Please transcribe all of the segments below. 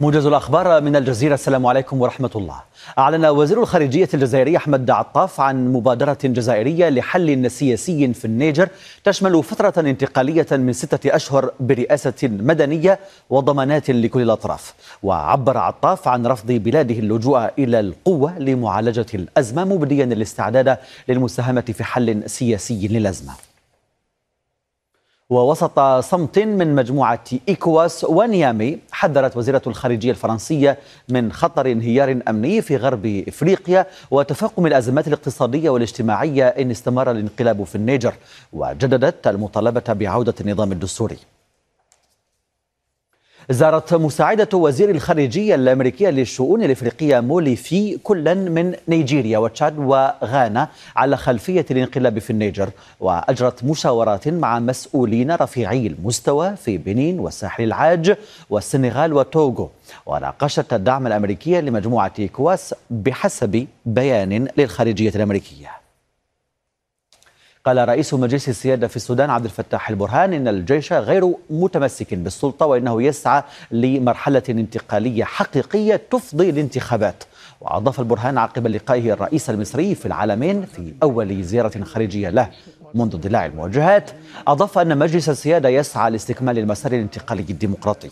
موجز الأخبار من الجزيرة. السلام عليكم ورحمة الله. أعلن وزير الخارجية الجزائري أحمد عطاف عن مبادرة جزائرية لحل سياسي في النيجر تشمل فترة انتقالية من 6 أشهر برئاسة مدنية وضمانات لكل الأطراف. وعبر عطاف عن رفض بلاده اللجوء إلى القوة لمعالجة الأزمة، مبديا الاستعداد للمساهمة في حل سياسي للأزمة. ووسط صمت من مجموعة إيكواس ونيامي، حذرت وزيرة الخارجية الفرنسية من خطر انهيار أمني في غرب إفريقيا وتفاقم الأزمات الاقتصادية والاجتماعية إن استمر الانقلاب في النيجر، وجددت المطالبة بعودة النظام الدستوري. زارت مساعدة وزير الخارجية الأمريكية للشؤون الإفريقية موليفي كلا من نيجيريا وتشاد وغانا على خلفية الانقلاب في النيجر، وأجرت مشاورات مع مسؤولين رفيعي المستوى في بنين والساحل العاج والسنغال وتوغو، وناقشت الدعم الأمريكي لمجموعة إيكواس بحسب بيان للخارجية الأمريكية. قال رئيس مجلس السيادة في السودان عبد الفتاح البرهان إن الجيش غير متمسك بالسلطة وإنه يسعى لمرحلة انتقالية حقيقية تفضي لانتخابات. وأضاف البرهان عقب لقائه الرئيس المصري في العالمين في أول زيارة خارجية له منذ اندلاع المواجهات، أضاف أن مجلس السيادة يسعى لاستكمال المسار الانتقالي الديمقراطي.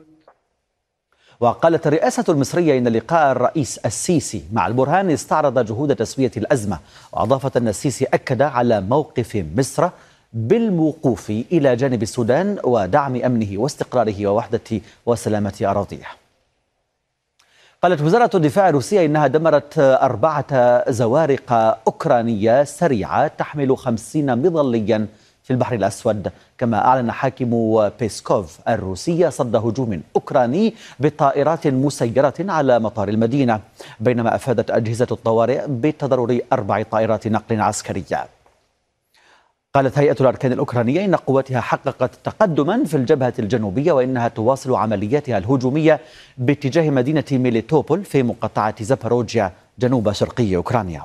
وقالت الرئاسة المصرية إن لقاء الرئيس السيسي مع البرهان استعرض جهود تسوية الأزمة، وأضافت أن السيسي أكد على موقف مصر بالوقوف إلى جانب السودان ودعم أمنه واستقراره ووحدة وسلامة أراضيه. قالت وزارة الدفاع الروسية إنها دمرت 4 زوارق أوكرانية سريعة تحمل 50 مظليا في البحر الأسود. كما أعلن حاكم بيسكوف الروسي صد هجوم أوكراني بطائرات مسيرة على مطار المدينة، بينما أفادت أجهزة الطوارئ بتضرر 4 طائرات نقل عسكرية. قالت هيئة الأركان الأوكرانية إن قواتها حققت تقدما في الجبهة الجنوبية، وإنها تواصل عملياتها الهجومية باتجاه مدينة ميليتوبول في مقاطعة زاباروجيا جنوب شرقي أوكرانيا.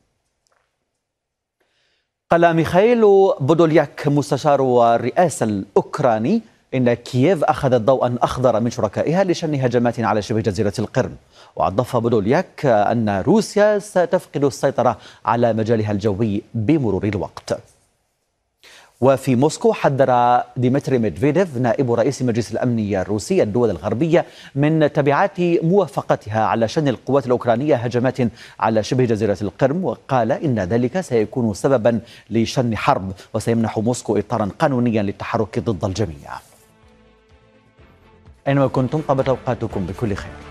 قال ميخائيل بودولياك مستشار الرئاسة الأوكراني إن كييف أخذت ضوءا أخضر من شركائها لشن هجمات على شبه جزيرة القرم. وأضاف بودولياك أن روسيا ستفقد السيطرة على مجالها الجوي بمرور الوقت. وفي موسكو حذر ديمتري ميدفيديف نائب رئيس مجلس الأمن الروسي الدول الغربية من تبعات موافقتها على شن القوات الأوكرانية هجمات على شبه جزيرة القرم، وقال إن ذلك سيكون سببا لشن حرب وسيمنح موسكو إطارا قانونيا للتحرك ضد الجميع. أينما كنتم طابت أوقاتكم بكل خير.